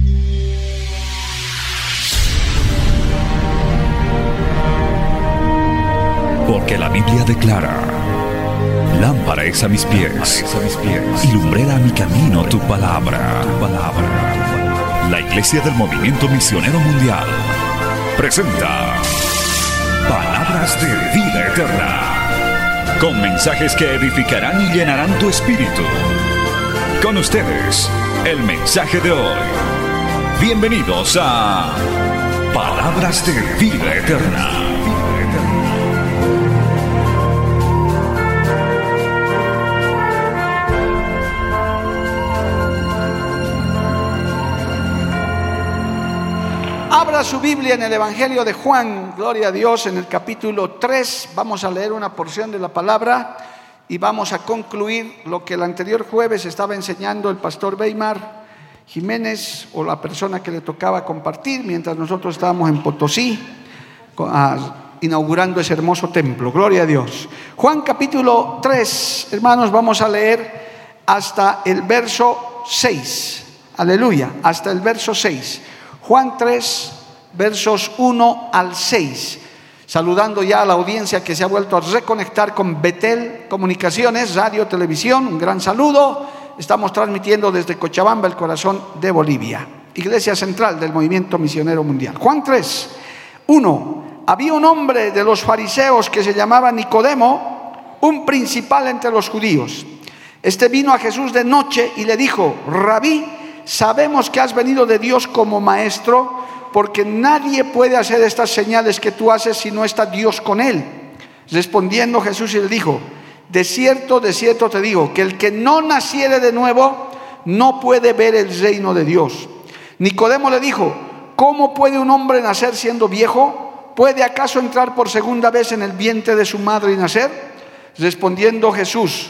Porque la Biblia declara: lámpara es a mis pies, y lumbrera a mi camino tu palabra. La Iglesia del Movimiento Misionero Mundial presenta Palabras de Vida Eterna, con mensajes que edificarán y llenarán tu espíritu. Con ustedes, el mensaje de hoy. Bienvenidos a Palabras de Vida Eterna. Abra su Biblia en el Evangelio de Juan, gloria a Dios, en el capítulo 3. Vamos a leer una porción de la palabra y vamos a concluir lo que el anterior jueves estaba enseñando el pastor Weimar Jiménez, o la persona que le tocaba compartir, mientras nosotros estábamos en Potosí inaugurando ese hermoso templo. Gloria a Dios. Juan capítulo 3, hermanos, vamos a leer hasta el verso 6. Aleluya, hasta el verso 6. Juan 3, versos 1 al 6. Saludando ya a la audiencia que se ha vuelto a reconectar con Betel Comunicaciones, radio, televisión. Un gran saludo. Estamos transmitiendo desde Cochabamba, el corazón de Bolivia. Iglesia Central del Movimiento Misionero Mundial. Juan 3, 1. Había un hombre de los fariseos que se llamaba Nicodemo, un principal entre los judíos. Este vino a Jesús de noche y le dijo: Rabí, sabemos que has venido de Dios como maestro, porque nadie puede hacer estas señales que tú haces si no está Dios con él. Respondiendo Jesús y le dijo: de cierto te digo, que el que no naciere de nuevo no puede ver el reino de Dios. Nicodemo le dijo: ¿cómo puede un hombre nacer siendo viejo? ¿Puede acaso entrar por segunda vez en el vientre de su madre y nacer? Respondió Jesús: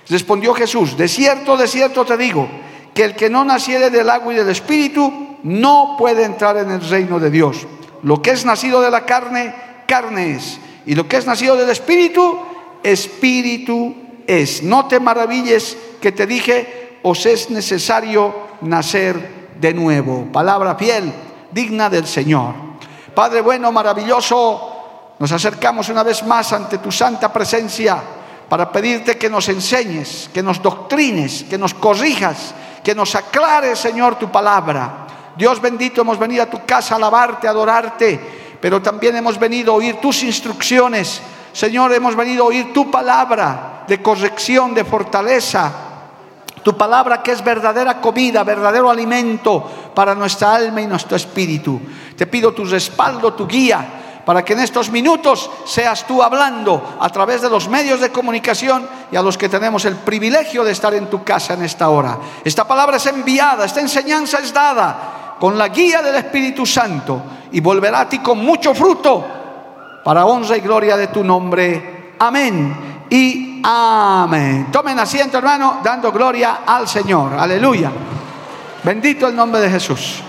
de cierto te digo, que el que no naciere del agua y del espíritu no puede entrar en el reino de Dios. Lo que es nacido de la carne, carne es, y lo que es nacido del espíritu, espíritu es. No te maravilles que te dije: os es necesario nacer de nuevo. Palabra fiel, digna del Señor. Padre bueno, maravilloso, nos acercamos una vez más ante tu santa presencia para pedirte que nos enseñes, que nos doctrines, que nos corrijas, que nos aclare, Señor, tu palabra. Dios bendito, hemos venido a tu casa a alabarte, a adorarte, pero también hemos venido a oír tus instrucciones. Señor, hemos venido a oír tu palabra de corrección, de fortaleza, tu palabra que es verdadera comida, verdadero alimento para nuestra alma y nuestro espíritu. Te pido tu respaldo, tu guía, para que en estos minutos seas tú hablando a través de los medios de comunicación y a los que tenemos el privilegio de estar en tu casa en esta hora. Esta palabra es enviada, esta enseñanza es dada con la guía del Espíritu Santo y volverá a ti con mucho fruto para honra y gloria de tu nombre. Amén y amén. Tomen asiento, hermano, dando gloria al Señor. Aleluya. Bendito el nombre de Jesús.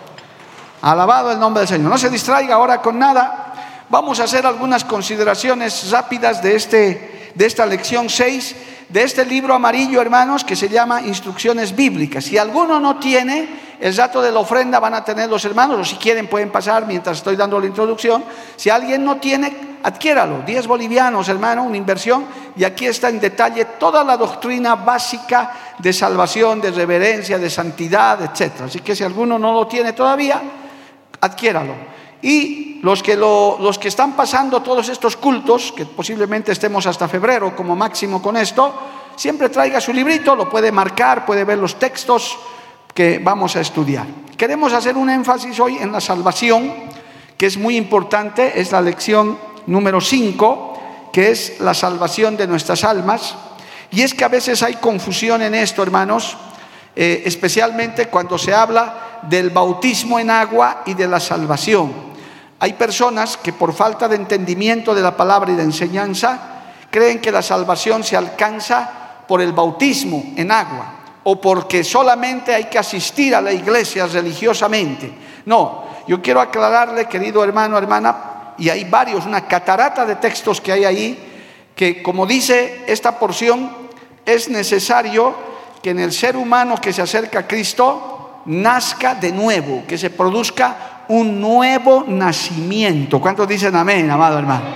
Alabado el nombre del Señor. No se distraiga ahora con nada. Vamos a hacer algunas consideraciones rápidas de esta lección 6, de este libro amarillo, hermanos, que se llama Instrucciones Bíblicas. Si alguno no tiene, el dato de la ofrenda van a tener los hermanos, o si quieren pueden pasar mientras estoy dando la introducción. Si alguien no tiene, adquiéralo. 10 bolivianos, hermano, una inversión. Y aquí está en detalle toda la doctrina básica de salvación, de reverencia, de santidad, etc. Así que si alguno no lo tiene todavía, adquiéralo. Y los que están pasando todos estos cultos, que posiblemente estemos hasta febrero como máximo con esto, siempre traiga su librito, lo puede marcar, puede ver los textos que vamos a estudiar. Queremos hacer un énfasis hoy en la salvación, que es muy importante. Es la lección número 5, que es la salvación de nuestras almas. Y es que a veces hay confusión en esto, hermanos, especialmente cuando se habla del bautismo en agua y de la salvación. Hay personas que por falta de entendimiento de la palabra y de enseñanza creen que la salvación se alcanza por el bautismo en agua o porque solamente hay que asistir a la iglesia religiosamente. No, yo quiero aclararle, querido hermano, hermana, y hay varios, una catarata de textos que hay ahí, que como dice esta porción, es necesario que en el ser humano que se acerca a Cristo nazca de nuevo, que se produzca un nuevo nacimiento. ¿Cuántos dicen amén, amado hermano?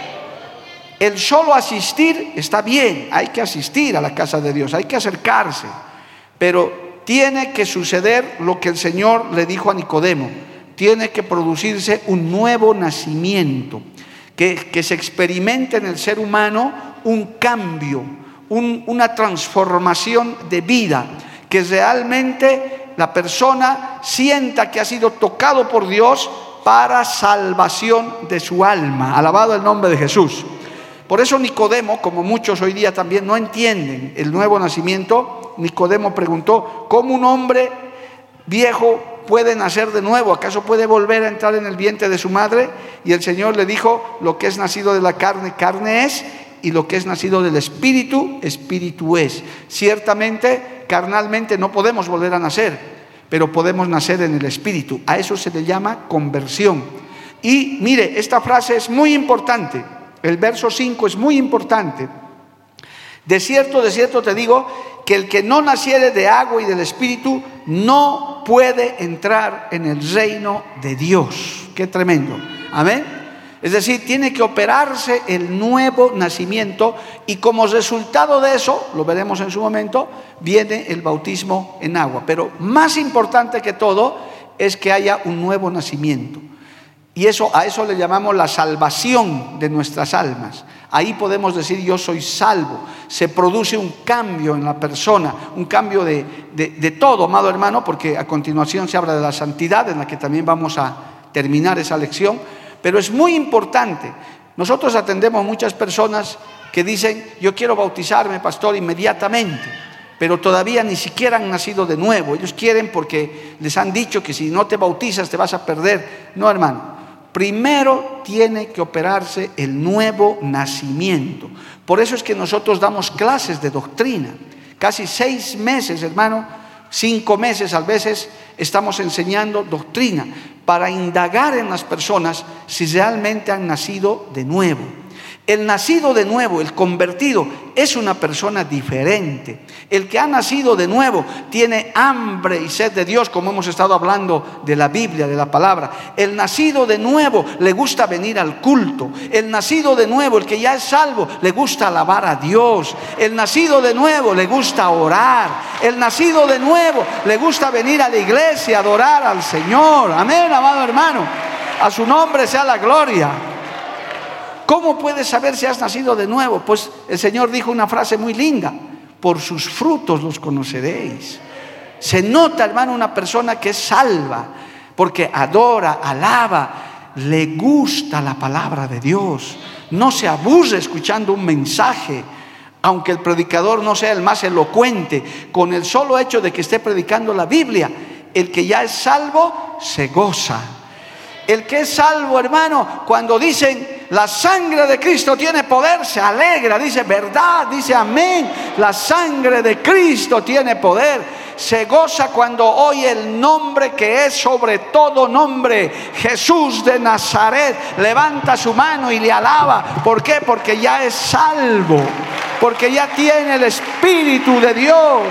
El solo asistir está bien, hay que asistir a la casa de Dios, hay que acercarse, pero tiene que suceder lo que el Señor le dijo a Nicodemo: tiene que producirse un nuevo nacimiento, que se experimente en el ser humano un cambio, una transformación de vida, que realmente la persona sienta que ha sido tocado por Dios para salvación de su alma. Alabado el nombre de Jesús. Por eso Nicodemo, como muchos hoy día también no entienden el nuevo nacimiento, Nicodemo preguntó: ¿cómo un hombre viejo puede nacer de nuevo? ¿Acaso puede volver a entrar en el vientre de su madre? Y el Señor le dijo: lo que es nacido de la carne, carne es, y lo que es nacido del Espíritu, Espíritu es. Ciertamente, carnalmente no podemos volver a nacer, pero podemos nacer en el Espíritu. A eso se le llama conversión. Y mire, esta frase es muy importante. El verso 5 es muy importante. De cierto te digo, que el que no naciere de agua y del Espíritu no puede entrar en el reino de Dios. Qué tremendo. Amén. Es decir, tiene que operarse el nuevo nacimiento, y como resultado de eso, lo veremos en su momento, viene el bautismo en agua. Pero más importante que todo es que haya un nuevo nacimiento. Y a eso le llamamos la salvación de nuestras almas. Ahí podemos decir: yo soy salvo. Se produce un cambio en la persona, un cambio de todo, amado hermano, porque a continuación se habla de la santidad, en la que también vamos a terminar esa lección. Pero es muy importante. Nosotros atendemos muchas personas que dicen: yo quiero bautizarme, pastor, inmediatamente, pero todavía ni siquiera han nacido de nuevo. Ellos quieren porque les han dicho que si no te bautizas te vas a perder. No, hermano. Primero tiene que operarse el nuevo nacimiento. Por eso es que nosotros damos clases de doctrina. Casi 6 meses, hermano, 5 meses a veces estamos enseñando doctrina para indagar en las personas si realmente han nacido de nuevo. El nacido de nuevo, el convertido, es una persona diferente. El que ha nacido de nuevo tiene hambre y sed de Dios, como hemos estado hablando de la Biblia, de la palabra. El nacido de nuevo le gusta venir al culto. El nacido de nuevo, el que ya es salvo, le gusta alabar a Dios. El nacido de nuevo le gusta orar. El nacido de nuevo le gusta venir a la iglesia, adorar al Señor. Amén, amado hermano. A su nombre sea la gloria. ¿Cómo puedes saber si has nacido de nuevo? Pues el Señor dijo una frase muy linda: por sus frutos los conoceréis. Se nota, hermano, una persona que es salva porque adora, alaba, le gusta la palabra de Dios, no se aburre escuchando un mensaje, aunque el predicador no sea el más elocuente. Con el solo hecho de que esté predicando la Biblia, el que ya es salvo se goza. El que es salvo, hermano, cuando dicen: la sangre de Cristo tiene poder, se alegra, dice: verdad, dice amén, la sangre de Cristo tiene poder. Se goza cuando oye el nombre que es sobre todo nombre, Jesús de Nazaret. Levanta su mano y le alaba. ¿Por qué? Porque ya es salvo, porque ya tiene el Espíritu de Dios.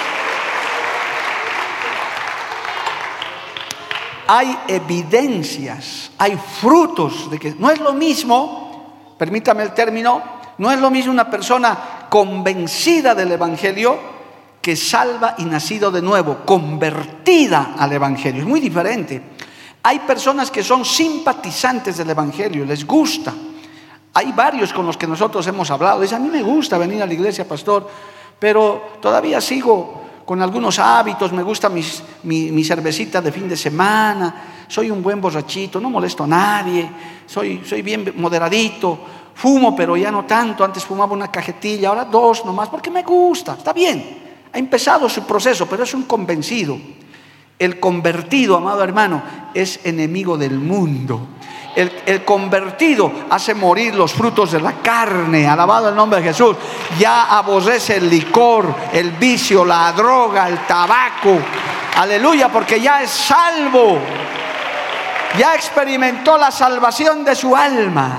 Hay evidencias, hay frutos de que no es lo mismo, permítame el término, no es lo mismo una persona convencida del Evangelio que salva y nacido de nuevo, convertida al Evangelio. Es muy diferente. Hay personas que son simpatizantes del Evangelio, les gusta. Hay varios con los que nosotros hemos hablado. Dicen: a mí me gusta venir a la iglesia, pastor, pero todavía sigo con algunos hábitos. Me gusta mi cervecita de fin de semana, soy un buen borrachito, no molesto a nadie, soy bien moderadito, fumo pero ya no tanto. Antes fumaba una cajetilla, ahora 2 nomás, porque me gusta. Está bien, ha empezado su proceso, pero es un convencido. El convertido, amado hermano, es enemigo del mundo. El convertido hace morir los frutos de la carne. Alabado el nombre de Jesús. Ya aborrece el licor, el vicio, la droga, el tabaco. Aleluya, porque ya es salvo. Ya experimentó la salvación de su alma.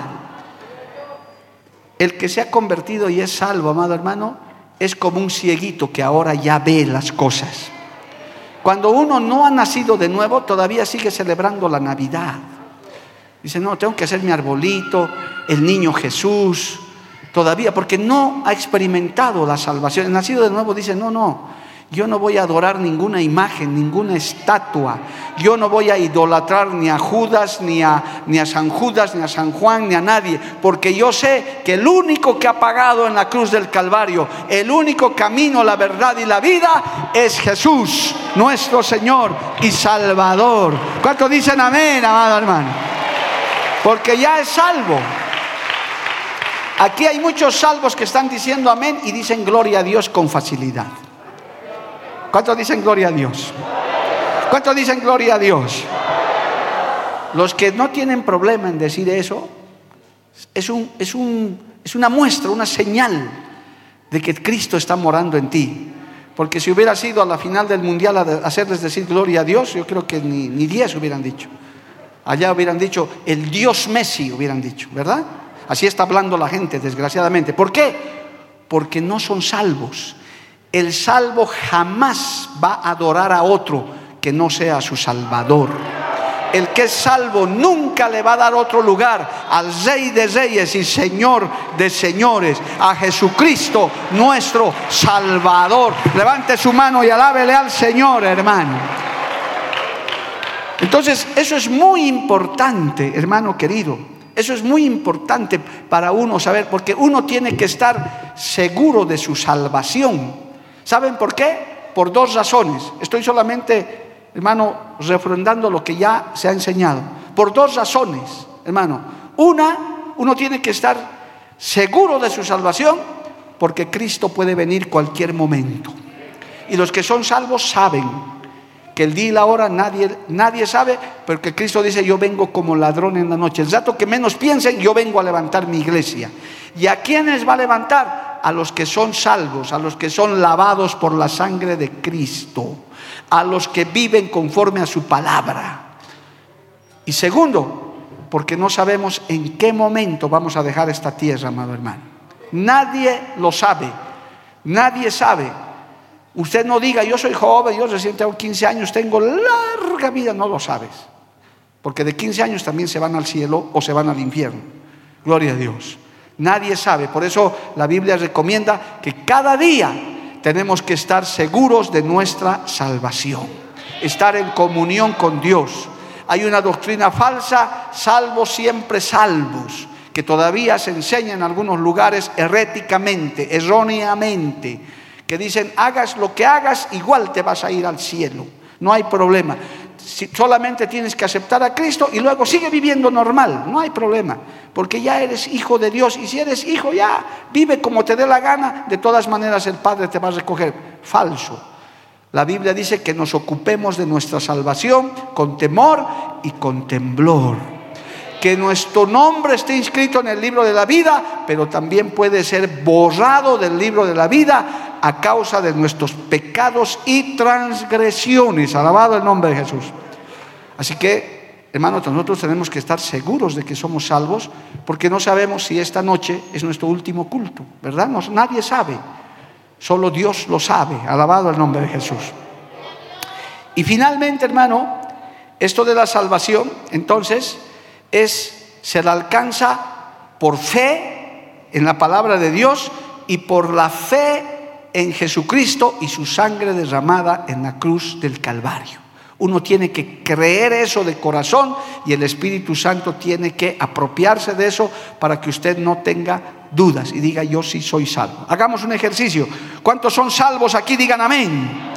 El que se ha convertido y es salvo, amado hermano, es como un cieguito que ahora ya ve las cosas. Cuando uno no ha nacido de nuevo, todavía sigue celebrando la Navidad. Dice, no, tengo que hacer mi arbolito, el niño Jesús, todavía, porque no ha experimentado la salvación. El nacido de nuevo dice, no, yo no voy a adorar ninguna imagen, ninguna estatua. Yo no voy a idolatrar ni a Judas, ni a San Judas, ni a San Juan, ni a nadie. Porque yo sé que el único que ha pagado en la cruz del Calvario, el único camino, la verdad y la vida, es Jesús, nuestro Señor y Salvador. ¿Cuántos dicen amén, amado hermano? Porque ya es salvo. Aquí hay muchos salvos que están diciendo amén y dicen gloria a Dios con facilidad. ¿Cuántos dicen gloria a Dios? ¿Cuántos dicen gloria a Dios? Los que no tienen problema en decir eso, es una muestra, una señal de que Cristo está morando en ti. Porque si hubiera sido a la final del mundial a hacerles decir gloria a Dios, yo creo que ni 10 hubieran dicho. Allá hubieran dicho, el Dios Messi hubieran dicho, ¿verdad? Así está hablando la gente, desgraciadamente. ¿Por qué? Porque no son salvos. El salvo jamás va a adorar a otro que no sea su Salvador. El que es salvo nunca le va a dar otro lugar al Rey de Reyes y Señor de Señores, a Jesucristo, nuestro Salvador. Levante su mano y alábele al Señor, hermano. Entonces, eso es muy importante, hermano querido. Eso es muy importante para uno saber, porque uno tiene que estar seguro de su salvación. ¿Saben por qué? Por 2 razones. Estoy solamente, hermano, refrendando lo que ya se ha enseñado. Por 2 razones, hermano. Una, uno tiene que estar seguro de su salvación, porque Cristo puede venir cualquier momento. Y los que son salvos saben que el día y la hora nadie sabe, pero que Cristo dice, yo vengo como ladrón en la noche. El rato que menos piensen, yo vengo a levantar mi iglesia. ¿Y a quiénes va a levantar? A los que son salvos, a los que son lavados por la sangre de Cristo, a los que viven conforme a su palabra. Y segundo, porque no sabemos en qué momento vamos a dejar esta tierra, amado hermano. Nadie lo sabe, nadie sabe. Usted no diga, yo soy joven, yo recién tengo 15 años, tengo larga vida. No lo sabes, porque de 15 años también se van al cielo o se van al infierno. Gloria a Dios. Nadie sabe. Por eso la Biblia recomienda que cada día tenemos que estar seguros de nuestra salvación, estar en comunión con Dios. Hay una doctrina falsa, salvos siempre salvos, que todavía se enseña en algunos lugares heréticamente, erróneamente, que dicen, hagas lo que hagas, igual te vas a ir al cielo. No hay problema. Solamente tienes que aceptar a Cristo y luego sigue viviendo normal. No hay problema, porque ya eres hijo de Dios. Y si eres hijo, ya vive como te dé la gana. De todas maneras el Padre te va a recoger. Falso. La Biblia dice que nos ocupemos de nuestra salvación con temor y con temblor. Que nuestro nombre esté inscrito en el libro de la vida, pero también puede ser borrado del libro de la vida a causa de nuestros pecados y transgresiones. Alabado el nombre de Jesús. Así que, hermanos, nosotros tenemos que estar seguros de que somos salvos, porque no sabemos si esta noche es nuestro último culto, ¿verdad? Nadie sabe, solo Dios lo sabe. Alabado el nombre de Jesús. Y finalmente, hermano, esto de la salvación, entonces, se la alcanza por fe en la palabra de Dios y por la fe en Jesucristo y su sangre derramada en la cruz del Calvario. Uno tiene que creer eso de corazón y el Espíritu Santo tiene que apropiarse de eso para que usted no tenga dudas y diga, yo sí soy salvo. Hagamos un ejercicio. ¿Cuántos son salvos aquí? Digan amén.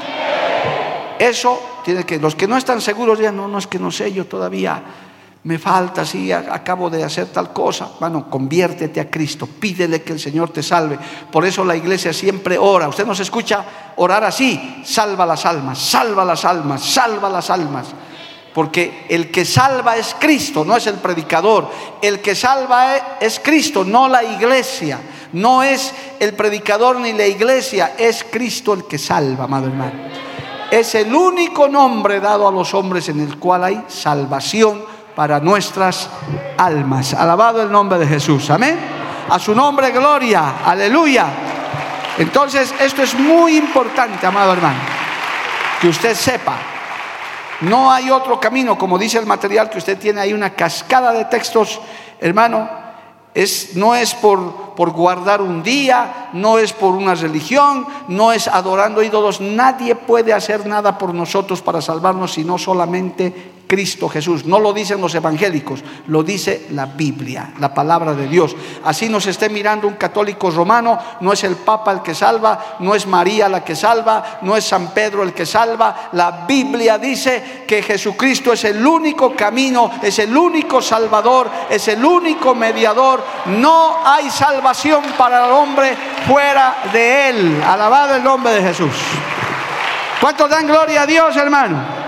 Eso tiene que, los que no están seguros digan, no, es que no sé, yo todavía me falta, sí, acabo de hacer tal cosa. Bueno, conviértete a Cristo, pídele que el Señor te salve. Por eso la iglesia siempre ora. Usted nos escucha orar así: salva las almas, salva las almas, salva las almas. Porque el que salva es Cristo, no es el predicador. El que salva es Cristo, no la iglesia. No es el predicador ni la iglesia, es Cristo el que salva, amado hermano. Es el único nombre dado a los hombres en el cual hay salvación para nuestras almas. Alabado el nombre de Jesús, amén. A su nombre gloria, aleluya. Entonces esto es muy importante, amado hermano. Que usted sepa. No hay otro camino, como dice el material que usted tiene ahí, una cascada de textos, hermano. No es por guardar un día, no es por una religión, no es adorando ídolos. Nadie puede hacer nada por nosotros para salvarnos, sino solamente Cristo Jesús. No lo dicen los evangélicos, lo dice la Biblia, la palabra de Dios. Así nos esté mirando un católico romano, no es el Papa el que salva, no es María la que salva, no es San Pedro el que salva. La Biblia dice que Jesucristo es el único camino, es el único salvador, es el único mediador. No hay salvación para el hombre fuera de Él. Alabado el nombre de Jesús. ¿Cuántos dan gloria a Dios, hermano?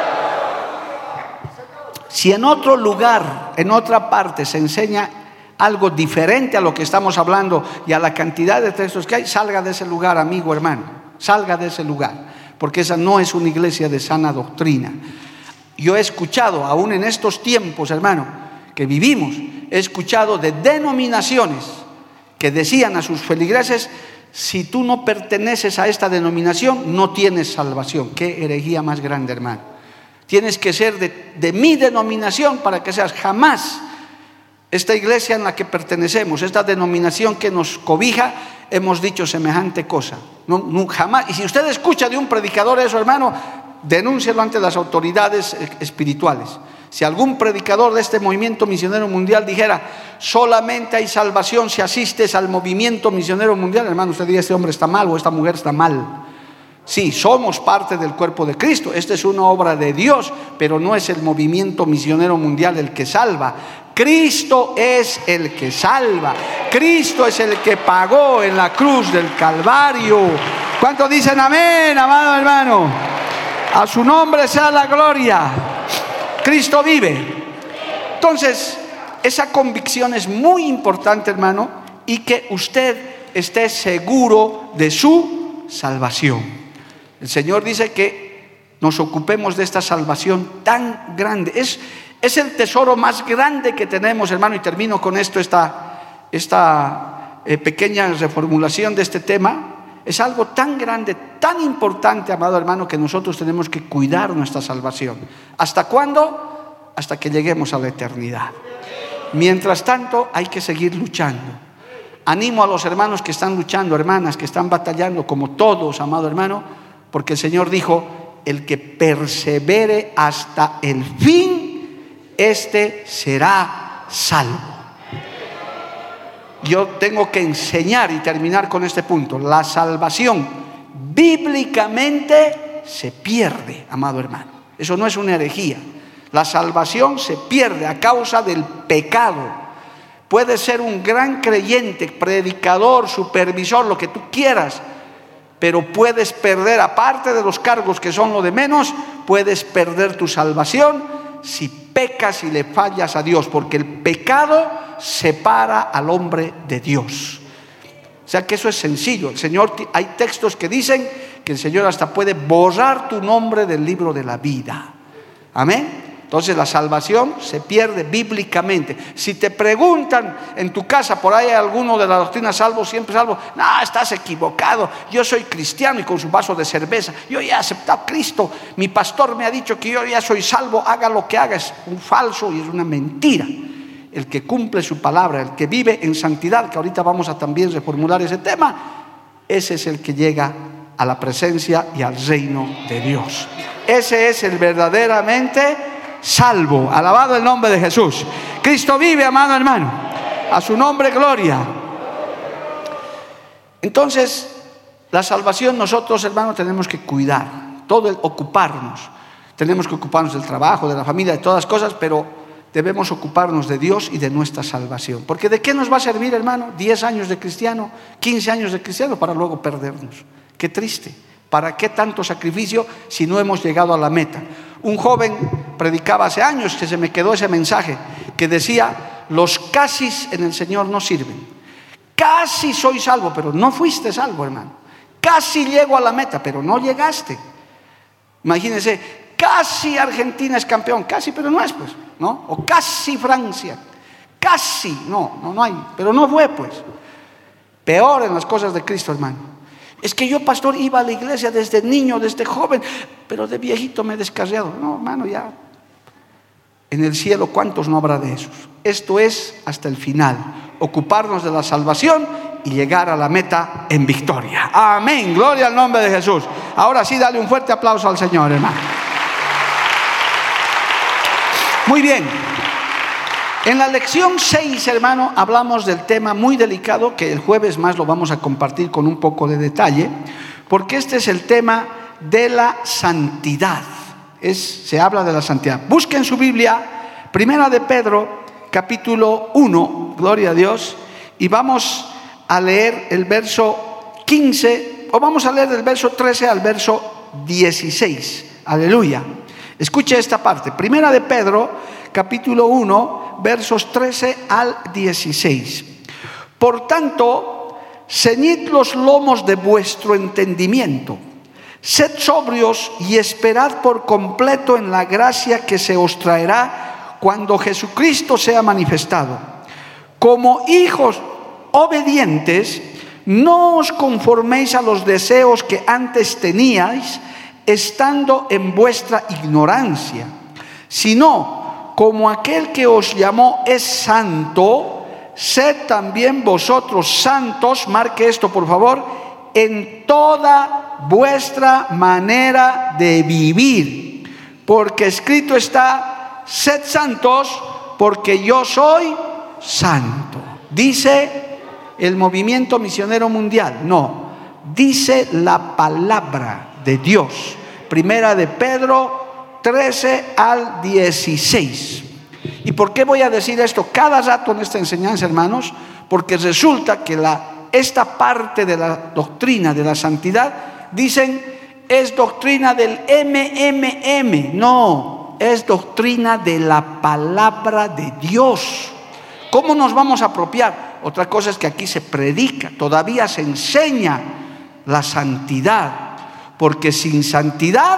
Si en otro lugar, en otra parte se enseña algo diferente a lo que estamos hablando y a la cantidad de textos que hay, salga de ese lugar, amigo, hermano. Salga de ese lugar, porque esa no es una iglesia de sana doctrina. Yo he escuchado, aún en estos tiempos, hermano, que vivimos, he escuchado de denominaciones que decían a sus feligreses: si tú no perteneces a esta denominación, no tienes salvación. Qué herejía más grande, hermano. Tienes que ser de mi denominación para que seas. Jamás esta iglesia en la que pertenecemos, esta denominación que nos cobija, hemos dicho semejante cosa. No, jamás. Y si usted escucha de un predicador eso, hermano, denúncielo ante las autoridades espirituales. Si algún predicador de este movimiento misionero mundial dijera: solamente hay salvación si asistes al movimiento misionero mundial, hermano, usted diría: este hombre está mal o esta mujer está mal. Sí, somos parte del cuerpo de Cristo. Esta es una obra de Dios, pero no es el movimiento misionero mundial el que salva. Cristo es el que salva. Cristo es el que pagó en la cruz del Calvario. ¿Cuántos dicen amén, amado hermano? A su nombre sea la gloria. Cristo vive. Entonces, esa convicción es muy importante, hermano, y que usted esté seguro de su salvación. El Señor dice que nos ocupemos de esta salvación tan grande. Es el tesoro más grande que tenemos, hermano. Y termino con esto, esta pequeña reformulación de este tema. Es algo tan grande, tan importante, amado hermano, que nosotros tenemos que cuidar nuestra salvación. ¿Hasta cuándo? Hasta que lleguemos a la eternidad. Mientras tanto, hay que seguir luchando. Animo a los hermanos que están luchando, hermanas que están batallando, como todos, amado hermano, porque el Señor dijo: el que persevere hasta el fin, este será salvo. Yo tengo que enseñar y terminar con este punto. La salvación bíblicamente se pierde, amado hermano. Eso no es una herejía. La salvación se pierde a causa del pecado. Puedes ser un gran creyente, predicador, supervisor, lo que tú quieras, pero puedes perder, aparte de los cargos que son lo de menos, puedes perder tu salvación si pecas y le fallas a Dios, porque el pecado separa al hombre de Dios. O sea que eso es sencillo. El Señor, hay textos que dicen que el Señor hasta puede borrar tu nombre del libro de la vida. Amén. Entonces la salvación se pierde bíblicamente. Si te preguntan en tu casa, por ahí hay alguno de la doctrina salvo, siempre salvo, no, estás equivocado, yo soy cristiano, y con su vaso de cerveza, yo ya he aceptado a Cristo, mi pastor me ha dicho que yo ya soy salvo, haga lo que haga. Es un falso y es una mentira. El que cumple su palabra, el que vive en santidad, que ahorita vamos a también reformular ese tema, ese es el que llega a la presencia y al reino de Dios. Ese es el verdaderamente salvo. Alabado el nombre de Jesús. Cristo vive, amado hermano. A su nombre gloria. Entonces, la salvación nosotros, hermanos, tenemos que cuidar. Todo el ocuparnos. Tenemos que ocuparnos del trabajo, de la familia, de todas cosas, pero debemos ocuparnos de Dios y de nuestra salvación. Porque ¿de qué nos va a servir, hermano? 10 años de cristiano, 15 años de cristiano para luego perdernos. Qué triste. ¿Para qué tanto sacrificio si no hemos llegado a la meta? Un joven predicaba hace años, que se me quedó ese mensaje, que decía: los casis en el Señor no sirven. Casi soy salvo, pero no fuiste salvo, hermano. Casi llego a la meta, pero no llegaste. Imagínense, casi Argentina es campeón, casi, pero no es, pues, ¿no? O casi Francia, casi, no hay, pero no fue, pues. Peor en las cosas de Cristo, hermano. Es que yo, pastor, iba a la iglesia desde niño, desde joven, pero de viejito me he descarriado. No, hermano, ya. En el cielo, ¿cuántos no habrá de esos? Esto es hasta el final. Ocuparnos de la salvación y llegar a la meta en victoria. Amén. Gloria al nombre de Jesús. Ahora sí, dale un fuerte aplauso al Señor, hermano. Muy bien. En la lección 6, hermano, hablamos del tema muy delicado que el jueves más lo vamos a compartir con un poco de detalle, porque este es el tema de la santidad. Se habla de la santidad. Busquen su Biblia, Primera de Pedro, capítulo 1, gloria a Dios, y vamos a leer el verso 15, o vamos a leer del verso 13 al verso 16. Aleluya. Escuche esta parte. Primera de Pedro, capítulo 1, versos 13 al 16. Por tanto, ceñid los lomos de vuestro entendimiento, sed sobrios y esperad por completo en la gracia que se os traerá cuando Jesucristo sea manifestado. Como hijos obedientes, no os conforméis a los deseos que antes teníais, estando en vuestra ignorancia, sino como aquel que os llamó es santo, sed también vosotros santos, marque esto por favor, en toda vuestra manera de vivir, porque escrito está: sed santos, porque yo soy santo. ¿Dice el movimiento misionero mundial? No, dice la palabra de Dios. Primera de Pedro 13 al 16. ¿Y por qué voy a decir esto cada rato en esta enseñanza, hermanos? Porque resulta que esta parte de la doctrina de la santidad, dicen, es doctrina del MMM. No, es doctrina de la palabra de Dios. ¿Cómo nos vamos a apropiar? Otra cosa es que aquí se predica, todavía se enseña la santidad, porque sin santidad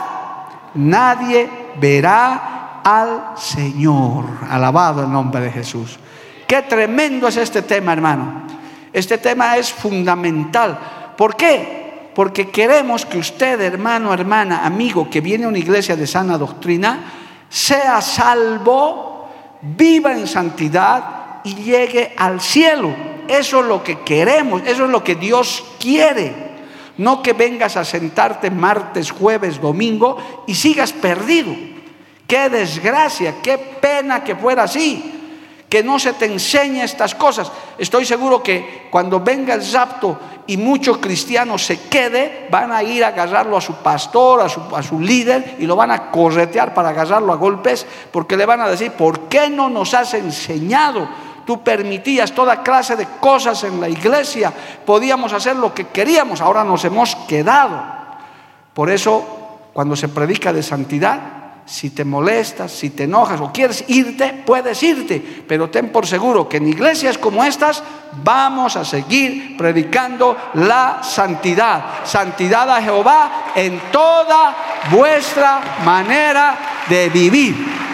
nadie verá al Señor. Alabado el nombre de Jesús. Qué tremendo es este tema, hermano. Este tema es fundamental. ¿Por qué? Porque queremos que usted, hermano, hermana, amigo, que viene a una iglesia de sana doctrina, sea salvo, viva en santidad y llegue al cielo. Eso es lo que queremos, eso es lo que Dios quiere. No que vengas a sentarte martes, jueves, domingo y sigas perdido. Qué desgracia, qué pena que fuera así, que no se te enseñe estas cosas. Estoy seguro que cuando venga el rapto y muchos cristianos se quede, van a ir a agarrarlo a su pastor, a su líder, y lo van a corretear para agarrarlo a golpes, porque le van a decir: ¿por qué no nos has enseñado? Tú permitías toda clase de cosas en la iglesia, podíamos hacer lo que queríamos, ahora nos hemos quedado. Por eso, cuando se predica de santidad, si te molestas, si te enojas o quieres irte, puedes irte, pero ten por seguro que en iglesias como estas vamos a seguir predicando la santidad. Santidad a Jehová en toda vuestra manera de vivir.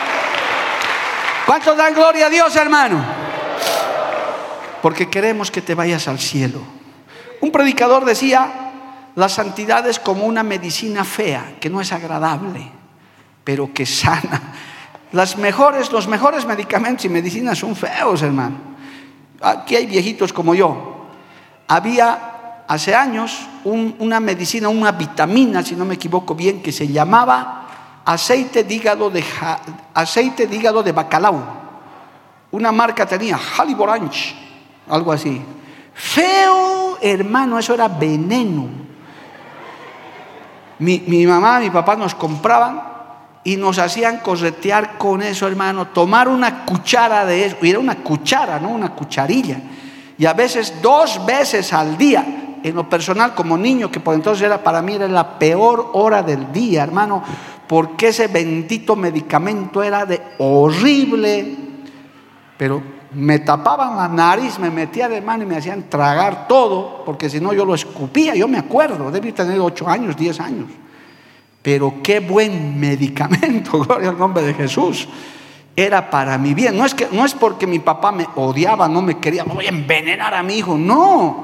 ¿Cuántos dan gloria a Dios, hermano? Porque queremos que te vayas al cielo. Un predicador decía: la santidad es como una medicina fea, que no es agradable, pero que sana. Los mejores medicamentos y medicinas son feos, hermano. Aquí hay viejitos como yo. Había hace años una medicina, una vitamina, si no me equivoco bien, que se llamaba aceite de hígado de bacalao. Una marca tenía Haliboranch, algo así. Feo, hermano, eso era veneno. Mi mamá, mi papá nos compraban y nos hacían corretear con eso, hermano. Tomar una cuchara de eso, y era una cuchara, no una cucharilla, y a veces 2 veces al día. En lo personal, como niño, que por entonces para mí era la peor hora del día, hermano, porque ese bendito medicamento era de horrible. Pero me tapaban la nariz, me metían, hermano, y me hacían tragar todo, porque si no yo lo escupía. Yo me acuerdo, debí tener 8 años, 10 años. Pero qué buen medicamento, gloria al nombre de Jesús. Era para mi bien. No es porque mi papá me odiaba, no me quería, voy a envenenar a mi hijo. No,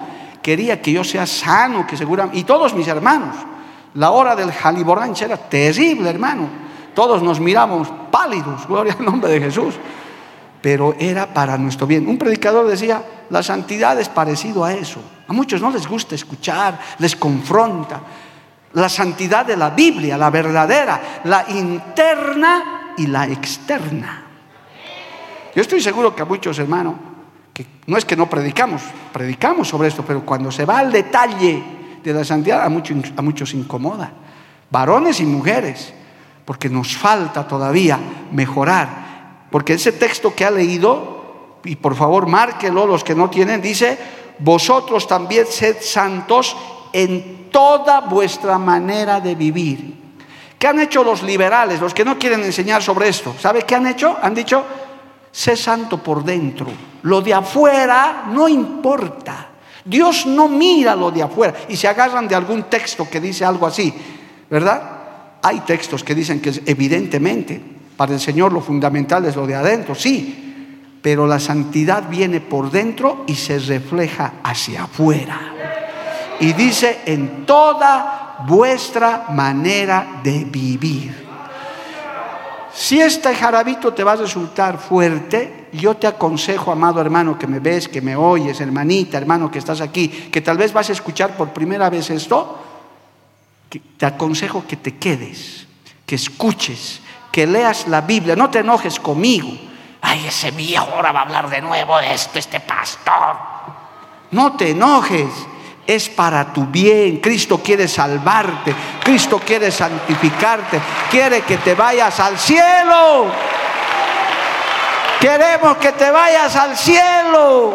quería que yo sea sano, que seguramente, y todos mis hermanos. La hora del jaliborranche era terrible, hermano. Todos nos miramos pálidos, gloria al nombre de Jesús. Pero era para nuestro bien. Un predicador decía, la santidad es parecido a eso. A muchos no les gusta escuchar, les confronta. La santidad de la Biblia, la verdadera, la interna y la externa. Yo estoy seguro que a muchos, hermanos, que no es que no predicamos sobre esto, pero cuando se va al detalle de la santidad, a muchos incomoda, varones y mujeres, porque nos falta todavía mejorar. Porque ese texto que ha leído, y por favor márquelo los que no tienen, dice: vosotros también sed santos en toda vuestra manera de vivir. ¿Qué han hecho los liberales, los que no quieren enseñar sobre esto? ¿Sabe qué han hecho? Han dicho: sé santo por dentro, lo de afuera no importa. Dios no mira lo de afuera. Y se agarran de algún texto que dice algo así, ¿verdad? Hay textos que dicen que evidentemente para el Señor lo fundamental es lo de adentro, sí, pero la santidad viene por dentro y se refleja hacia afuera. Y dice: en toda vuestra manera de vivir. Si este jarabito te va a resultar fuerte, yo te aconsejo, amado hermano que me ves, que me oyes, hermanita, hermano que estás aquí, que tal vez vas a escuchar por primera vez esto, te aconsejo que te quedes, que escuches, que leas la Biblia. No te enojes conmigo. Ay, ese viejo ahora va a hablar de nuevo de esto, este pastor. No te enojes. Es para tu bien. Cristo quiere salvarte, Cristo quiere santificarte, quiere que te vayas al cielo. Queremos que te vayas al cielo.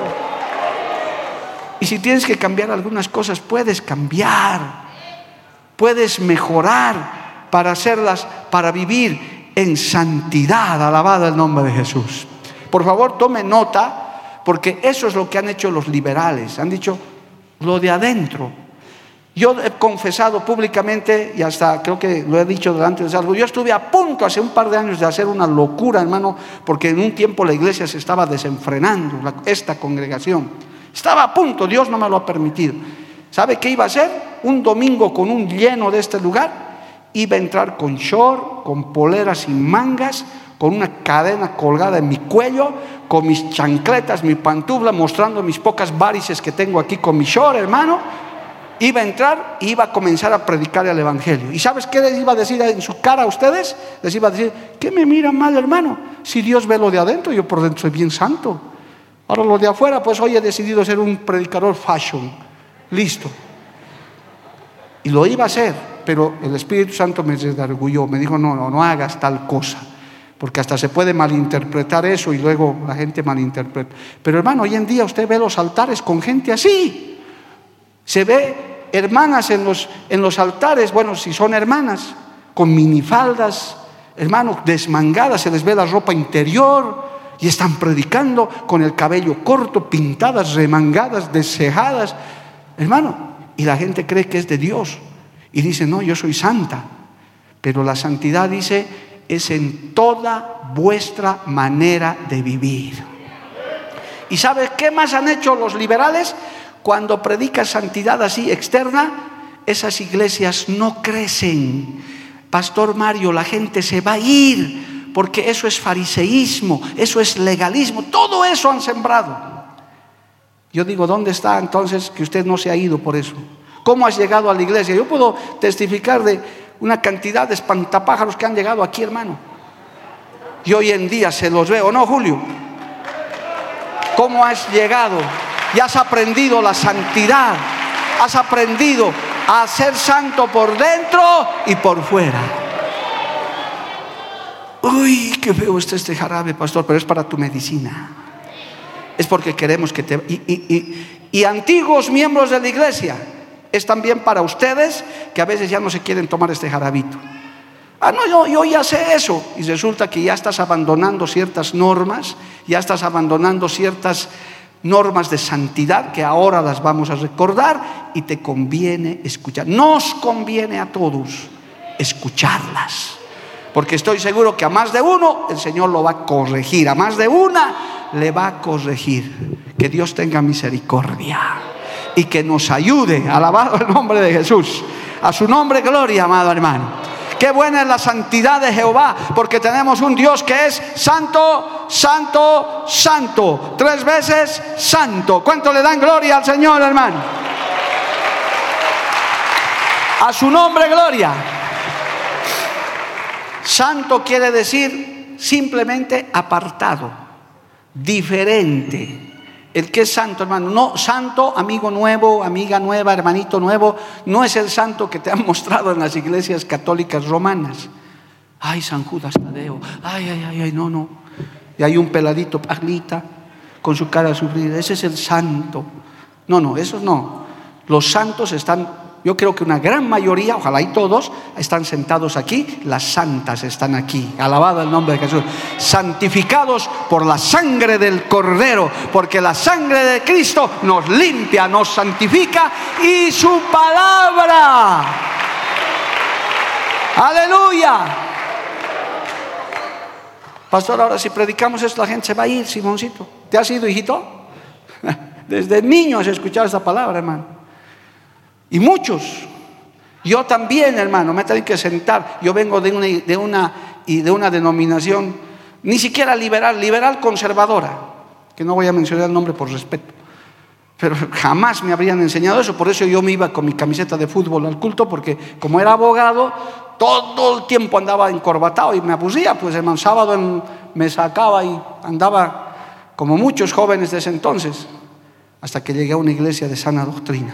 Y si tienes que cambiar algunas cosas, puedes cambiar, puedes mejorar para hacerlas, para vivir en santidad. Alabado el nombre de Jesús. Por favor, tome nota, porque eso es lo que han hecho los liberales. Han dicho: lo de adentro. Yo he confesado públicamente, y hasta creo que lo he dicho delante de algo, yo estuve a punto hace un par de años de hacer una locura, hermano, porque en un tiempo la iglesia se estaba desenfrenando, esta congregación estaba a punto, Dios no me lo ha permitido. ¿Sabe qué iba a hacer? Un domingo con un lleno de este lugar, iba a entrar con short, con poleras sin mangas, con una cadena colgada en mi cuello, con mis chancletas, mi pantufla, mostrando mis pocas varices que tengo aquí con mi short, hermano. Iba a entrar y iba a comenzar a predicar el evangelio. ¿Y sabes qué les iba a decir en su cara a ustedes? Les iba a decir: ¿qué me miran mal, hermano? Si Dios ve lo de adentro, yo por dentro soy bien santo. Ahora lo de afuera, pues hoy he decidido ser un predicador fashion. Listo. Y lo iba a hacer, pero el Espíritu Santo me redargulló, me dijo: no hagas tal cosa, porque hasta se puede malinterpretar eso y luego la gente malinterpreta. Pero hermano, hoy en día usted ve los altares con gente así. Se ve hermanas en los altares, bueno, si son hermanas, con minifaldas, hermano, desmangadas, se les ve la ropa interior y están predicando con el cabello corto, pintadas, remangadas, descejadas, hermano. Y la gente cree que es de Dios y dice: no, yo soy santa. Pero la santidad, dice, es en toda vuestra manera de vivir. ¿Y sabes qué más han hecho los liberales? Cuando predica santidad así externa, esas iglesias no crecen. Pastor Mario, la gente se va a ir, porque eso es fariseísmo, eso es legalismo, todo eso han sembrado. Yo digo: ¿dónde está entonces que usted no se ha ido por eso? ¿Cómo has llegado a la iglesia? Yo puedo testificar de una cantidad de espantapájaros que han llegado aquí, hermano. Y hoy en día se los veo, ¿no, Julio? ¿Cómo has llegado? Y has aprendido la santidad, has aprendido a ser santo por dentro y por fuera. Uy, qué feo está este jarabe, pastor, pero es para tu medicina. Es porque queremos que te... Y antiguos miembros de la iglesia, es también para ustedes que a veces ya no se quieren tomar este jarabito. No, yo ya sé eso. Y resulta que ya estás abandonando ciertas normas, ya estás abandonando ciertas normas de santidad que ahora las vamos a recordar, y te conviene escuchar. Nos conviene a todos escucharlas, porque estoy seguro que a más de uno el Señor lo va a corregir, a más de una le va a corregir. Que Dios tenga misericordia. y que nos ayude. Alabado el nombre de Jesús. A su nombre gloria, amado hermano. Qué buena es la santidad de Jehová, porque tenemos un Dios que es santo, santo, santo. 3 veces santo. ¿Cuánto le dan gloria al Señor, hermano? A su nombre gloria. Santo quiere decir simplemente apartado, diferente. El que es santo, hermano, no santo, amigo nuevo, amiga nueva, hermanito nuevo, no es el santo que te han mostrado en las iglesias católicas romanas. Ay, San Judas Tadeo, ay, no. Y hay un peladito, Paglita, con su cara sufrida, ese es el santo. No, esos no. Los santos están, yo creo que una gran mayoría, ojalá y todos, están sentados aquí. Las santas están aquí. Alabado el nombre de Jesús. Santificados por la sangre del Cordero, porque la sangre de Cristo nos limpia, nos santifica, y su palabra. Aleluya. Pastor, ahora si predicamos esto la gente se va a ir, Simoncito. ¿Te has ido, hijito? Desde niño has escuchado esta palabra, hermano. Y muchos, yo también, hermano, me tengo que sentar. Yo vengo de una denominación, ni siquiera liberal conservadora, que no voy a mencionar el nombre por respeto, pero jamás me habrían enseñado eso. Por eso yo me iba con mi camiseta de fútbol al culto, porque como era abogado, todo el tiempo andaba encorbatado y me aburría. Pues hermano, sábado me sacaba y andaba como muchos jóvenes de ese entonces, hasta que llegué a una iglesia de sana doctrina.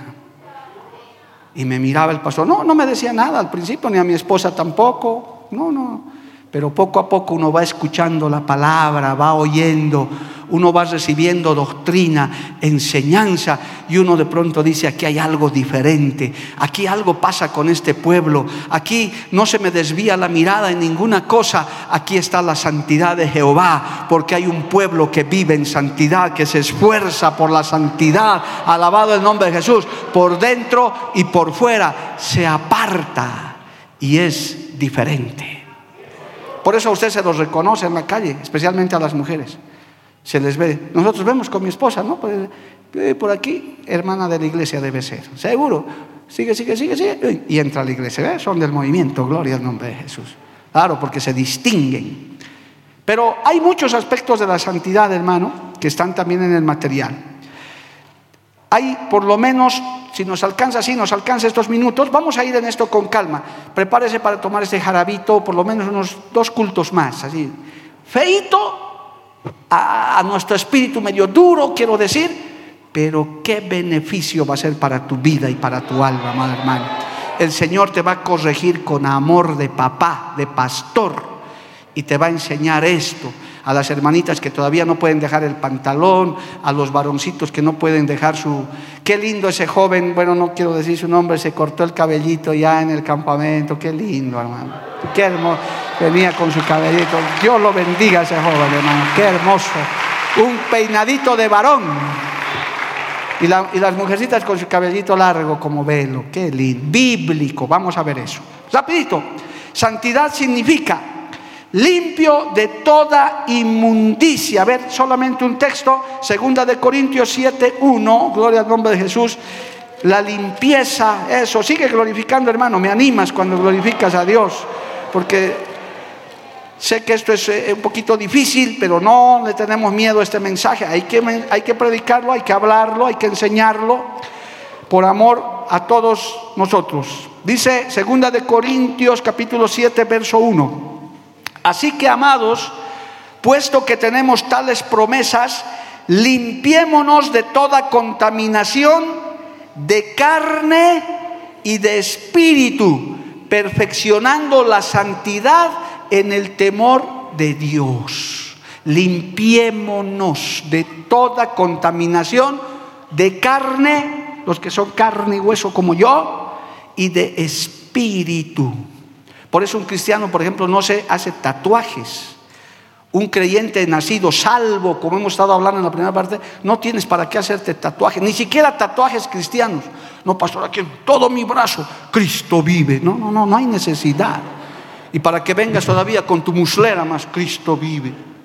Y me miraba el pastor, no me decía nada al principio, ni a mi esposa tampoco, no. Pero poco a poco uno va escuchando la palabra, va oyendo, uno va recibiendo doctrina, enseñanza, y uno de pronto dice: aquí hay algo diferente, aquí algo pasa con este pueblo, aquí no se me desvía la mirada en ninguna cosa, aquí está la santidad de Jehová, porque hay un pueblo que vive en santidad, que se esfuerza por la santidad. Alabado el nombre de Jesús. Por dentro y por fuera se aparta y es diferente. Por eso a usted se los reconoce en la calle, especialmente a las mujeres. Se les ve. Nosotros vemos con mi esposa, ¿no? Por aquí, hermana de la iglesia debe ser. Seguro. Sigue. Y entra a la iglesia. Son del movimiento, gloria al nombre de Jesús. Claro, porque se distinguen. Pero hay muchos aspectos de la santidad, hermano, que están también en el material. Hay por lo menos, si nos alcanza estos minutos, vamos a ir en esto con calma. Prepárese para tomar este jarabito, por lo menos unos 2 cultos más, así. Feito a nuestro espíritu, medio duro, quiero decir, pero qué beneficio va a ser para tu vida y para tu alma, amado hermano. El Señor te va a corregir con amor de papá, de pastor, y te va a enseñar esto. A las hermanitas que todavía no pueden dejar el pantalón, a los varoncitos que no pueden dejar su... Qué lindo ese joven, bueno, no quiero decir su nombre, se cortó el cabellito ya en el campamento. Qué lindo, hermano, qué hermoso, venía con su cabellito. Dios lo bendiga a ese joven, hermano, qué hermoso, un peinadito de varón. Y las mujercitas con su cabellito largo como velo, qué lindo, bíblico. Vamos a ver eso rapidito. Santidad significa limpio de toda inmundicia. A ver, solamente un texto, 2 Corintios 7:1, gloria al nombre de Jesús. La limpieza, eso, sigue glorificando, hermano. Me animas cuando glorificas a Dios, porque sé que esto es un poquito difícil, pero no le tenemos miedo a este mensaje. Hay que predicarlo, hay que hablarlo, hay que enseñarlo, por amor a todos nosotros. Dice 2 Corintios capítulo 7, verso 1. Así que, amados, puesto que tenemos tales promesas, limpiémonos de toda contaminación de carne y de espíritu, perfeccionando la santidad en el temor de Dios. Limpiémonos de toda contaminación de carne, los que son carne y hueso como yo, y de espíritu. Por eso un cristiano, por ejemplo, no se hace tatuajes. Un creyente nacido salvo, como hemos estado hablando en la primera parte, no tienes para qué hacerte tatuajes, ni siquiera tatuajes cristianos. No, pastor, aquí en todo mi brazo Cristo vive. No hay necesidad. Y para que vengas todavía con tu muslera más, Cristo vive.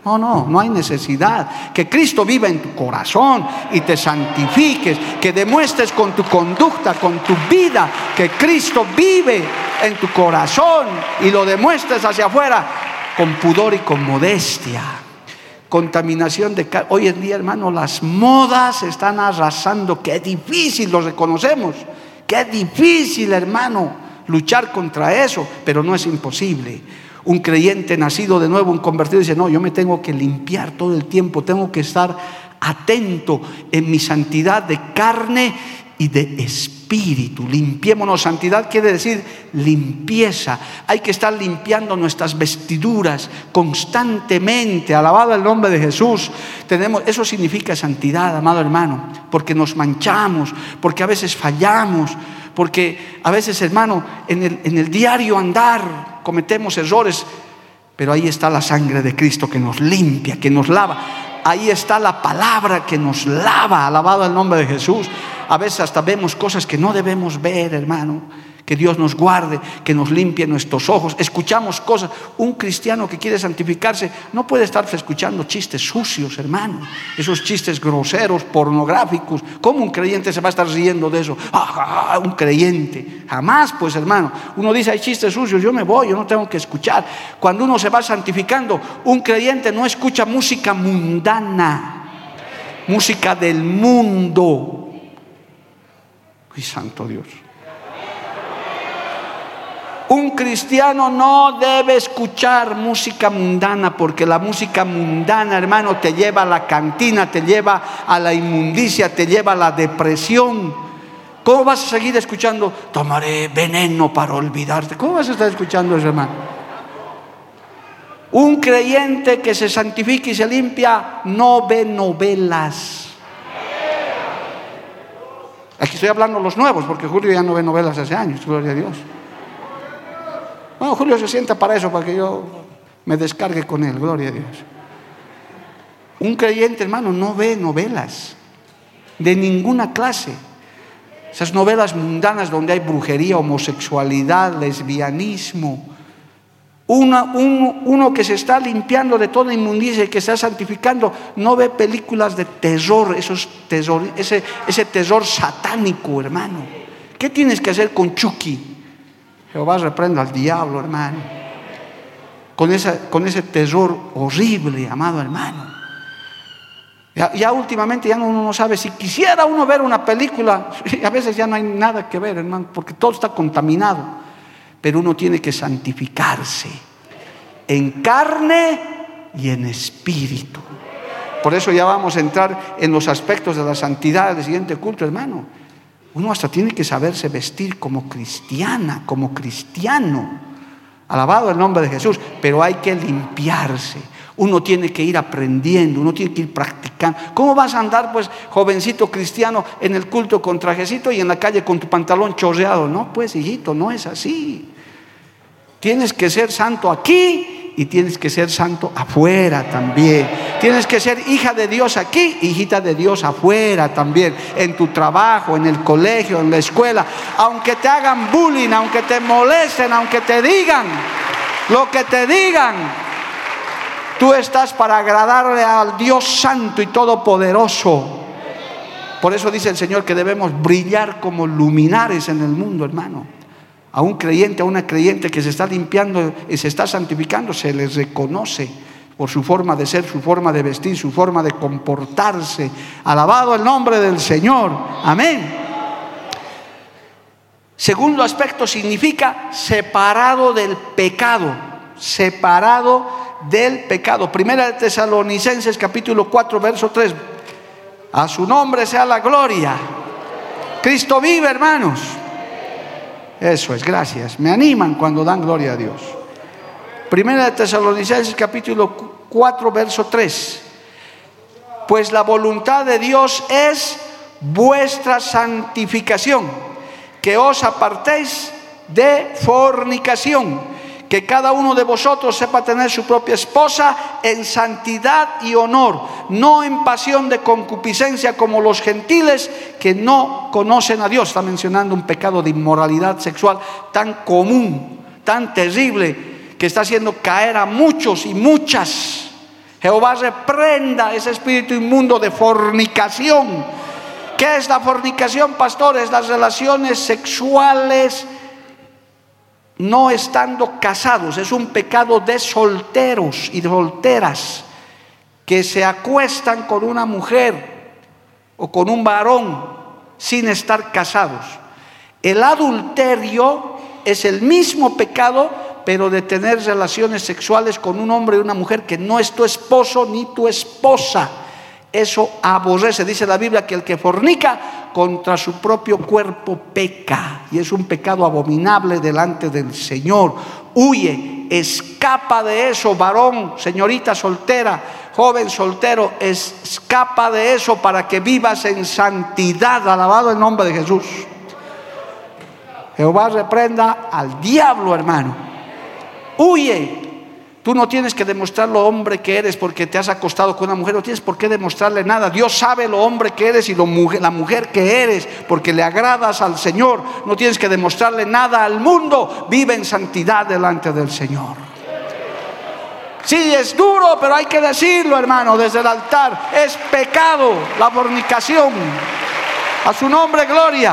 No hay necesidad. Que Cristo viva en tu corazón y te santifiques, que demuestres con tu conducta, con tu vida, que Cristo vive en tu corazón y lo demuestres hacia afuera con pudor y con modestia. Contaminación de hoy en día, hermano, las modas están arrasando. Qué difícil, lo reconocemos. Qué difícil, hermano, luchar contra eso, pero no es imposible. Un creyente nacido de nuevo, un convertido, dice: no, yo me tengo que limpiar todo el tiempo, tengo que estar atento en mi santidad de carne y de espíritu. Limpiémonos. Santidad quiere decir limpieza. Hay que estar limpiando nuestras vestiduras constantemente. Alabado el nombre de Jesús. Eso significa santidad, amado hermano, porque nos manchamos, porque a veces fallamos, porque a veces, hermano, en el diario andar cometemos errores, pero ahí está la sangre de Cristo que nos limpia, que nos lava. Ahí está la palabra que nos lava. Alabado el nombre de Jesús. A veces hasta vemos cosas que no debemos ver, hermano. Que Dios nos guarde, que nos limpie nuestros ojos. Escuchamos cosas. Un cristiano que quiere santificarse no puede estar escuchando chistes sucios, hermano. Esos chistes groseros, pornográficos. ¿Cómo un creyente se va a estar riendo de eso? Un creyente. Jamás, pues, hermano. Uno dice: hay chistes sucios, yo me voy, yo no tengo que escuchar. Cuando uno se va santificando, un creyente no escucha música mundana, música del mundo. ¡Ay, santo Dios! Un cristiano no debe escuchar música mundana, porque la música mundana, hermano, te lleva a la cantina, te lleva a la inmundicia, te lleva a la depresión. ¿Cómo vas a seguir escuchando? Tomaré veneno para olvidarte. ¿Cómo vas a estar escuchando eso, hermano? Un creyente que se santifica y se limpia no ve novelas. Aquí estoy hablando los nuevos, porque Julio ya no ve novelas hace años, gloria a Dios. Bueno, Julio se sienta para eso, para que yo me descargue con él, gloria a Dios. Un creyente, hermano, no ve novelas de ninguna clase. Esas novelas mundanas donde hay brujería, homosexualidad, lesbianismo. Uno que se está limpiando de toda inmundicia y que está santificando, no ve películas de terror, ese terror satánico, hermano. ¿Qué tienes que hacer con Chucky? Jehová reprenda al diablo, hermano. Con ese terror horrible, amado hermano. Ya últimamente uno no sabe. Si quisiera uno ver una película, a veces ya no hay nada que ver, hermano, porque todo está contaminado. Pero uno tiene que santificarse en carne y en espíritu. Por eso ya vamos a entrar en los aspectos de la santidad del siguiente culto, hermano. Uno hasta tiene que saberse vestir como cristiana, como cristiano. Alabado el nombre de Jesús. Pero hay que limpiarse. Uno tiene que ir aprendiendo, uno tiene que ir practicando. ¿Cómo vas a andar, pues, jovencito cristiano, en el culto con trajecito y en la calle con tu pantalón chorreado? No, pues, hijito, no es así. Tienes que ser santo aquí y tienes que ser santo afuera también. Tienes que ser hija de Dios aquí, hijita de Dios afuera también. En tu trabajo, en el colegio, en la escuela. Aunque te hagan bullying, aunque te molesten, aunque te digan lo que te digan, tú estás para agradarle al Dios santo y todopoderoso. Por eso dice el Señor que debemos brillar como luminares en el mundo, hermano. A un creyente, a una creyente que se está limpiando y se está santificando, se les reconoce por su forma de ser, su forma de vestir, su forma de comportarse. Alabado el nombre del Señor. Amén. Segundo aspecto, significa separado del pecado. Separado del pecado. Primera de Tesalonicenses capítulo 4 verso 3. A su nombre sea la gloria. Cristo vive, hermanos. Eso es, gracias. Me animan cuando dan gloria a Dios. Primera de Tesalonicenses capítulo 4 verso 3. Pues la voluntad de Dios es vuestra santificación, que os apartéis de fornicación, que cada uno de vosotros sepa tener su propia esposa en santidad y honor, no en pasión de concupiscencia como los gentiles que no conocen a Dios. Está mencionando un pecado de inmoralidad sexual tan común, tan terrible, que está haciendo caer a muchos y muchas Jehová reprenda ese espíritu inmundo de fornicación. ¿Qué es la fornicación, pastor? Es las relaciones sexuales no estando casados. Es un pecado de solteros y de solteras que se acuestan con una mujer o con un varón sin estar casados. El adulterio es el mismo pecado, pero de tener relaciones sexuales con un hombre y una mujer que no es tu esposo ni tu esposa. Eso aborrece. Dice la Biblia que el que fornica contra su propio cuerpo peca, y es un pecado abominable delante del Señor. Huye, escapa de eso, varón, señorita soltera, joven soltero, escapa de eso para que vivas en santidad. Alabado el nombre de Jesús. Jehová reprenda al diablo, hermano. Huye. Tú no tienes que demostrar lo hombre que eres porque te has acostado con una mujer. No tienes por qué demostrarle nada. Dios sabe lo hombre que eres y la mujer que eres, porque le agradas al Señor. No tienes que demostrarle nada al mundo. Vive en santidad delante del Señor. Sí, es duro, pero hay que decirlo, hermano, desde el altar. Es pecado la fornicación. A su nombre, gloria.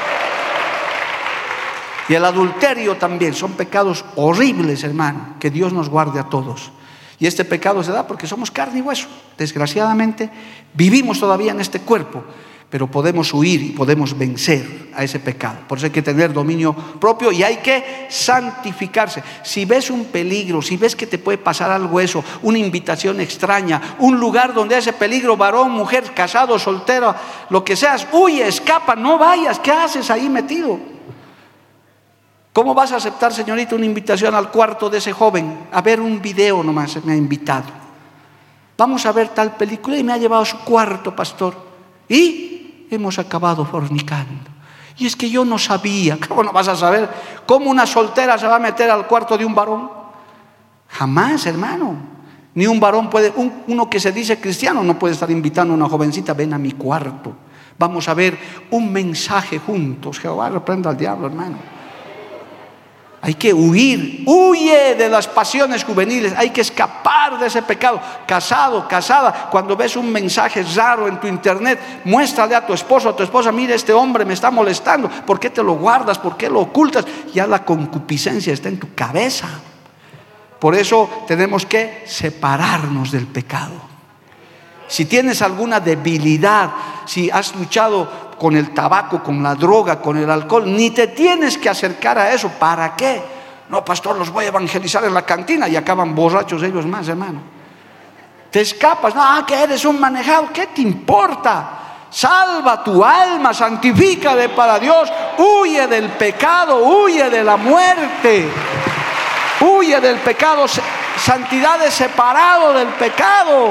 Y el adulterio también. Son pecados horribles, hermano. Que Dios nos guarde a todos. Y este pecado se da porque somos carne y hueso. Desgraciadamente vivimos todavía en este cuerpo, pero podemos huir y podemos vencer a ese pecado. Por eso hay que tener dominio propio y hay que santificarse. Si ves un peligro, si ves que te puede pasar algo, eso, una invitación extraña, un lugar donde ese peligro, varón, mujer, casado, soltero, lo que seas, huye, escapa, no vayas. ¿Qué haces ahí metido? ¿Cómo vas a aceptar, señorita, una invitación al cuarto de ese joven? A ver un video nomás, me ha invitado. Vamos a ver tal película y me ha llevado a su cuarto, pastor. Y hemos acabado fornicando. Y es que yo no sabía. ¿Cómo no vas a saber? ¿Cómo una soltera se va a meter al cuarto de un varón? Jamás, hermano. Ni un varón puede, uno que se dice cristiano no puede estar invitando a una jovencita, ven a mi cuarto. Vamos a ver un mensaje juntos. Jehová reprenda al diablo, hermano. Hay que huir, huye de las pasiones juveniles, hay que escapar de ese pecado. Casado, casada, cuando ves un mensaje raro en tu internet, muéstrale a tu esposo, a tu esposa, mira, este hombre me está molestando. ¿Por qué te lo guardas? ¿Por qué lo ocultas? Ya la concupiscencia está en tu cabeza. Por eso tenemos que separarnos del pecado. Si tienes alguna debilidad, si has luchado con el tabaco, con la droga, con el alcohol, ni te tienes que acercar a eso. ¿Para qué? No, pastor, los voy a evangelizar en la cantina y acaban borrachos ellos más, hermano. Te escapas, no, que eres un manejado, ¿qué te importa? Salva tu alma, santifícate para Dios, huye del pecado, huye de la muerte, huye del pecado. Santidad es separado del pecado.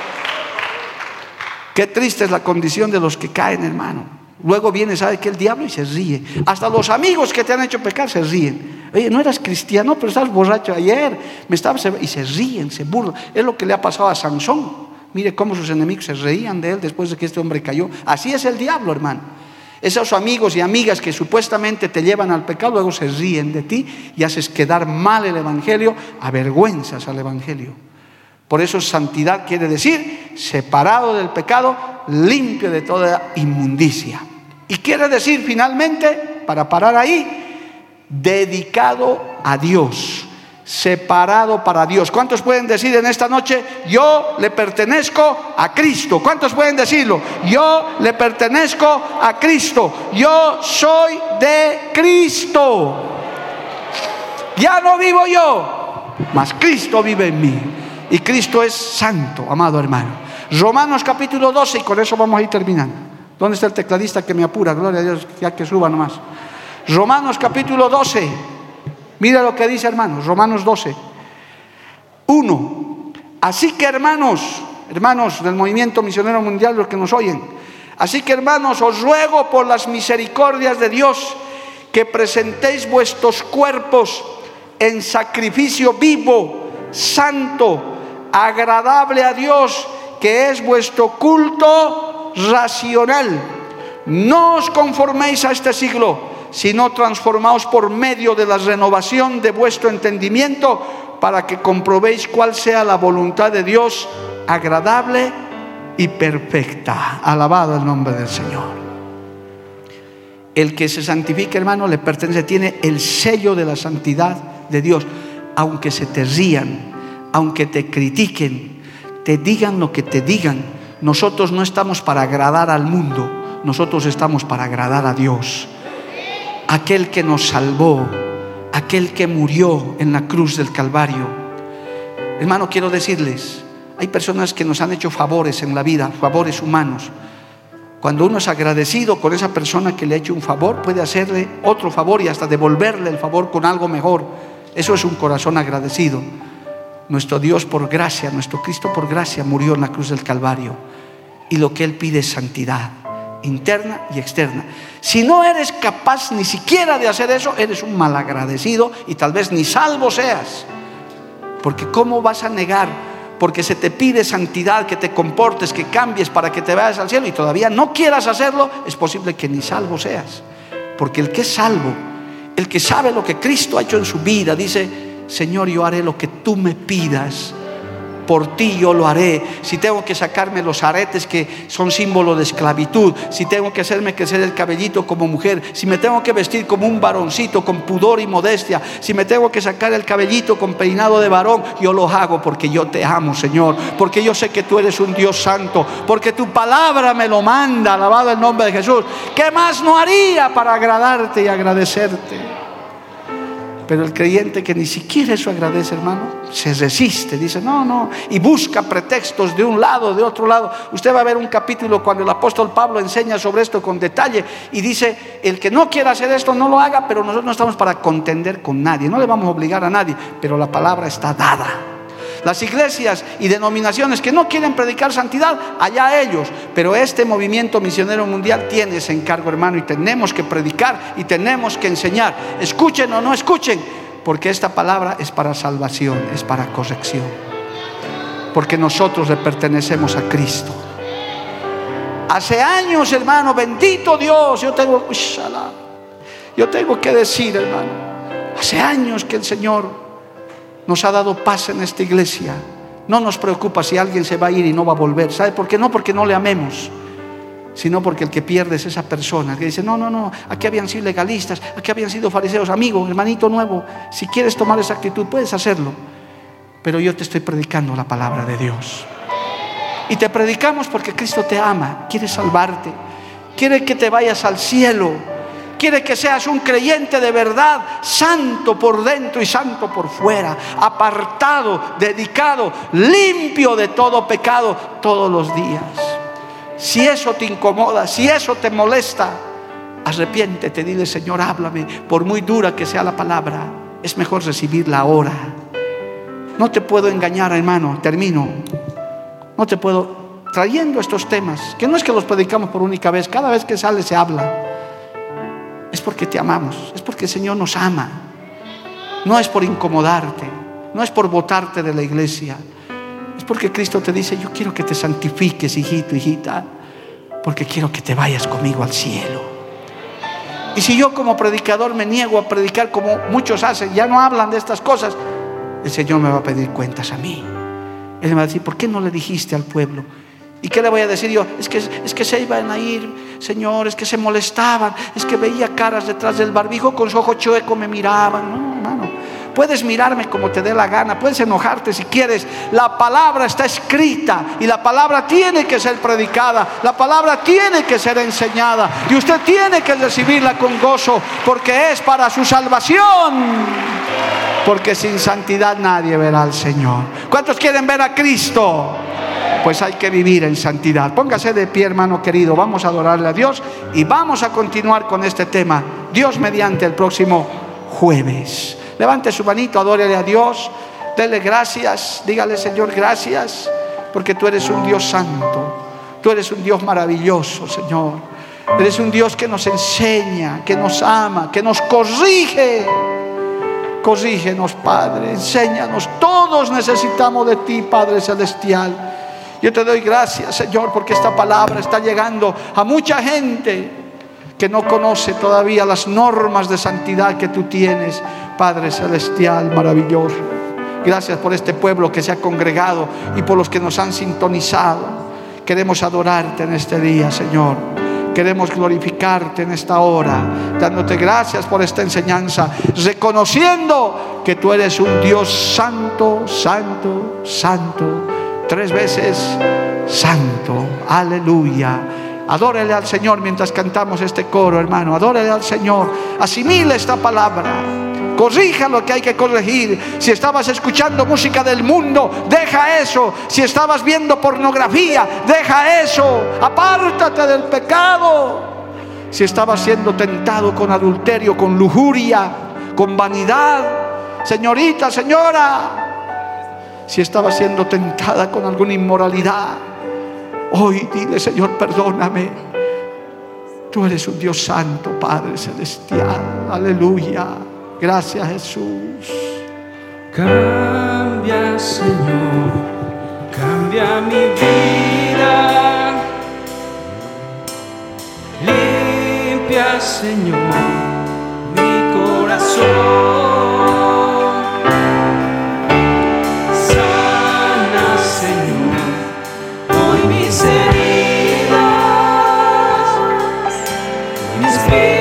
Qué triste es la condición de los que caen, hermano. Luego viene, ¿sabe qué? El diablo y se ríe. Hasta los amigos que te han hecho pecar se ríen. Oye, no eras cristiano, pero estabas borracho ayer. Y se ríen, se burlan. Es lo que le ha pasado a Sansón. Mire cómo sus enemigos se reían de él después de que este hombre cayó. Así es el diablo, hermano. Esos amigos y amigas que supuestamente te llevan al pecado, luego se ríen de ti y haces quedar mal el evangelio, avergüenzas al evangelio. Por eso santidad quiere decir separado del pecado, limpio de toda inmundicia. Y quiere decir finalmente, para parar ahí, dedicado a Dios, separado para Dios. ¿Cuántos pueden decir en esta noche, yo le pertenezco a Cristo? ¿Cuántos pueden decirlo? Yo le pertenezco a Cristo. Yo soy de Cristo. Ya no vivo yo, mas Cristo vive en mí. Y Cristo es santo, amado hermano. Romanos capítulo 12, y con eso vamos a ir terminando. ¿Dónde está el tecladista que me apura? Gloria a Dios, ya que suba nomás. Romanos capítulo 12. Mira lo que dice, hermanos. Romanos 12, 1. Así que hermanos del movimiento misionero mundial, los que nos oyen. Así que hermanos, os ruego por las misericordias de Dios que presentéis vuestros cuerpos en sacrificio vivo, santo, agradable a Dios, que es vuestro culto racional. No os conforméis a este siglo, sino transformaos por medio de la renovación de vuestro entendimiento, para que comprobéis cuál sea la voluntad de Dios, agradable y perfecta. Alabado el nombre del Señor. El que se santifica, hermano, le pertenece, tiene el sello de la santidad de Dios. Aunque se te rían, aunque te critiquen, te digan lo que te digan, nosotros no estamos para agradar al mundo, nosotros estamos para agradar a Dios, aquel que nos salvó, aquel que murió en la cruz del Calvario. Hermano, quiero decirles, hay personas que nos han hecho favores en la vida, favores humanos. Cuando uno es agradecido con esa persona que le ha hecho un favor, puede hacerle otro favor y hasta devolverle el favor con algo mejor. Eso es un corazón agradecido. Nuestro Dios por gracia, nuestro Cristo por gracia murió en la cruz del Calvario, y lo que Él pide es santidad interna y externa. Si no eres capaz ni siquiera de hacer eso, eres un malagradecido y tal vez ni salvo seas. Porque ¿cómo vas a negar? Porque se te pide santidad, que te comportes, que cambies para que te vayas al cielo, y todavía no quieras hacerlo, es posible que ni salvo seas. Porque el que es salvo, el que sabe lo que Cristo ha hecho en su vida, dice: Señor, yo haré lo que tú me pidas, por ti yo lo haré. Si tengo que sacarme los aretes que son símbolo de esclavitud, si tengo que hacerme crecer el cabellito como mujer, si me tengo que vestir como un varoncito con pudor y modestia, si me tengo que sacar el cabellito con peinado de varón, yo lo hago porque yo te amo, Señor, porque yo sé que tú eres un Dios santo, porque tu palabra me lo manda. Alabado el nombre de Jesús. ¿Qué más no haría para agradarte y agradecerte? Pero el creyente que ni siquiera eso agradece, hermano, se resiste, dice no, y busca pretextos de un lado, de otro lado. Usted va a ver un capítulo cuando el apóstol Pablo enseña sobre esto con detalle y dice: el que no quiera hacer esto, no lo haga. Pero nosotros no estamos para contender con nadie, no le vamos a obligar a nadie, pero la palabra está dada. Las iglesias y denominaciones que no quieren predicar santidad, allá ellos. Pero este movimiento misionero mundial tiene ese encargo, hermano, y tenemos que predicar y tenemos que enseñar. Escuchen o no escuchen, porque esta palabra es para salvación, es para corrección. Porque nosotros le pertenecemos a Cristo. Hace años, hermano, bendito Dios, yo tengo que decir, hermano, hace años que el Señor nos ha dado paz en esta iglesia. No nos preocupa si alguien se va a ir y no va a volver. ¿Sabe por qué? No porque no le amemos, sino porque el que pierde es esa persona que dice: no, aquí habían sido legalistas, aquí habían sido fariseos. Amigo, hermanito nuevo, si quieres tomar esa actitud, puedes hacerlo, pero yo te estoy predicando la palabra de Dios. Y te predicamos porque Cristo te ama, quiere salvarte, quiere que te vayas al cielo, quiere que seas un creyente de verdad, santo por dentro y santo por fuera, apartado, dedicado, limpio de todo pecado todos los días. Si eso te incomoda, si eso te molesta, arrepiéntete, dile: Señor, háblame. Por muy dura que sea la palabra, es mejor recibirla ahora. No te puedo engañar, hermano, termino. No te puedo, trayendo estos temas, que no es que los predicamos por única vez, cada vez que sale se habla. Es porque te amamos, es porque el Señor nos ama. No es por incomodarte, no es por botarte de la iglesia. Es porque Cristo te dice: yo quiero que te santifiques, hijito, hijita, porque quiero que te vayas conmigo al cielo. Y si yo como predicador me niego a predicar como muchos hacen, ya no hablan de estas cosas, el Señor me va a pedir cuentas a mí. Él me va a decir: ¿por qué no le dijiste al pueblo? ¿Y qué le voy a decir yo? Es que se iban a ir, Señor, es que se molestaban, es que veía caras detrás del barbijo, con su ojo chueco me miraban. No, hermano, puedes mirarme como te dé la gana, puedes enojarte si quieres. La palabra está escrita y la palabra tiene que ser predicada, la palabra tiene que ser enseñada, y usted tiene que recibirla con gozo, porque es para su salvación. Porque sin santidad nadie verá al Señor. ¿Cuántos quieren ver a Cristo? Pues hay que vivir en santidad. Póngase de pie, hermano querido. Vamos a adorarle a Dios y vamos a continuar con este tema, Dios mediante, el próximo jueves. Levante su manito, adórele a Dios, dele gracias, dígale: Señor, gracias, porque tú eres un Dios santo, tú eres un Dios maravilloso, Señor. Eres un Dios que nos enseña, que nos ama, que nos corrige. Corrígenos, Padre, enséñanos. Todos necesitamos de ti, Padre celestial. Yo te doy gracias, Señor, porque esta palabra está llegando a mucha gente que no conoce todavía las normas de santidad que tú tienes, Padre celestial maravilloso. Gracias por este pueblo que se ha congregado y por los que nos han sintonizado. Queremos adorarte en este día, Señor. Queremos glorificarte en esta hora, dándote gracias por esta enseñanza, reconociendo que tú eres un Dios santo, santo, santo, 3 veces santo. Aleluya. Adórele al Señor mientras cantamos este coro, hermano. Adórele al Señor. Asimile esta palabra. Corrija lo que hay que corregir. Si estabas escuchando música del mundo, deja eso. Si estabas viendo pornografía, deja eso. Apártate del pecado. Si estabas siendo tentado con adulterio, con lujuria, con vanidad, señorita, señora, si estabas siendo tentada con alguna inmoralidad, hoy dile: Señor, perdóname. Tú eres un Dios santo, Padre celestial. Aleluya. Gracias, Jesús. Cambia, Señor, cambia mi vida. Limpia, Señor, mi corazón. Sana, Señor, hoy mis heridas, mi espíritu.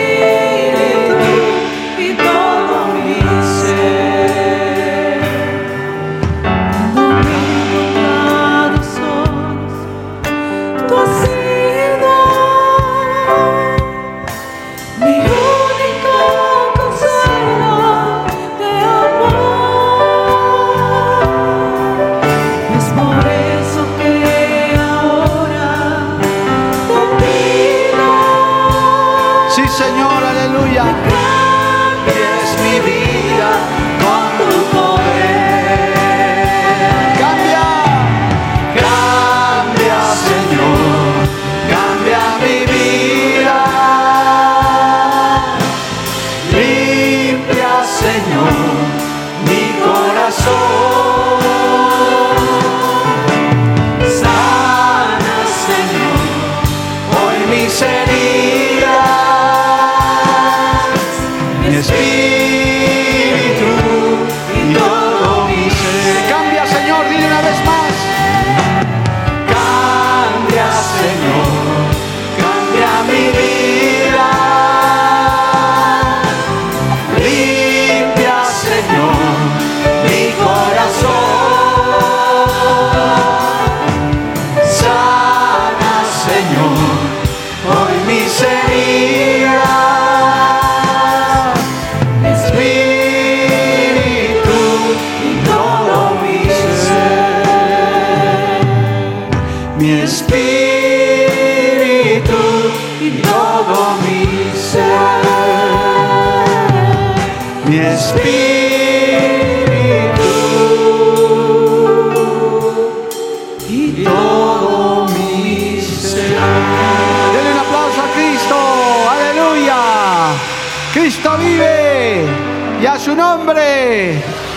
Su nombre.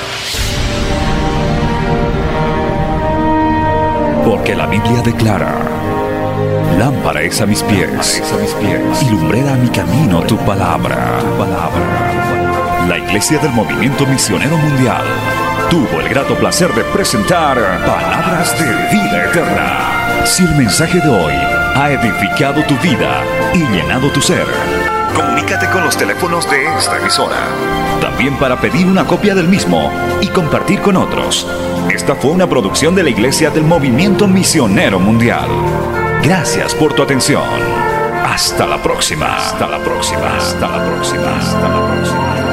Porque la Biblia declara: lámpara es a mis pies, y lumbrera a mi camino tu palabra. La Iglesia del Movimiento Misionero Mundial tuvo el grato placer de presentar Palabras de Vida Eterna. Si el mensaje de hoy ha edificado tu vida y llenado tu ser, comunícate con los teléfonos de esta emisora. También para pedir una copia del mismo y compartir con otros. Esta fue una producción de la Iglesia del Movimiento Misionero Mundial. Gracias por tu atención. Hasta la próxima. Hasta la próxima. Hasta la próxima. Hasta la próxima.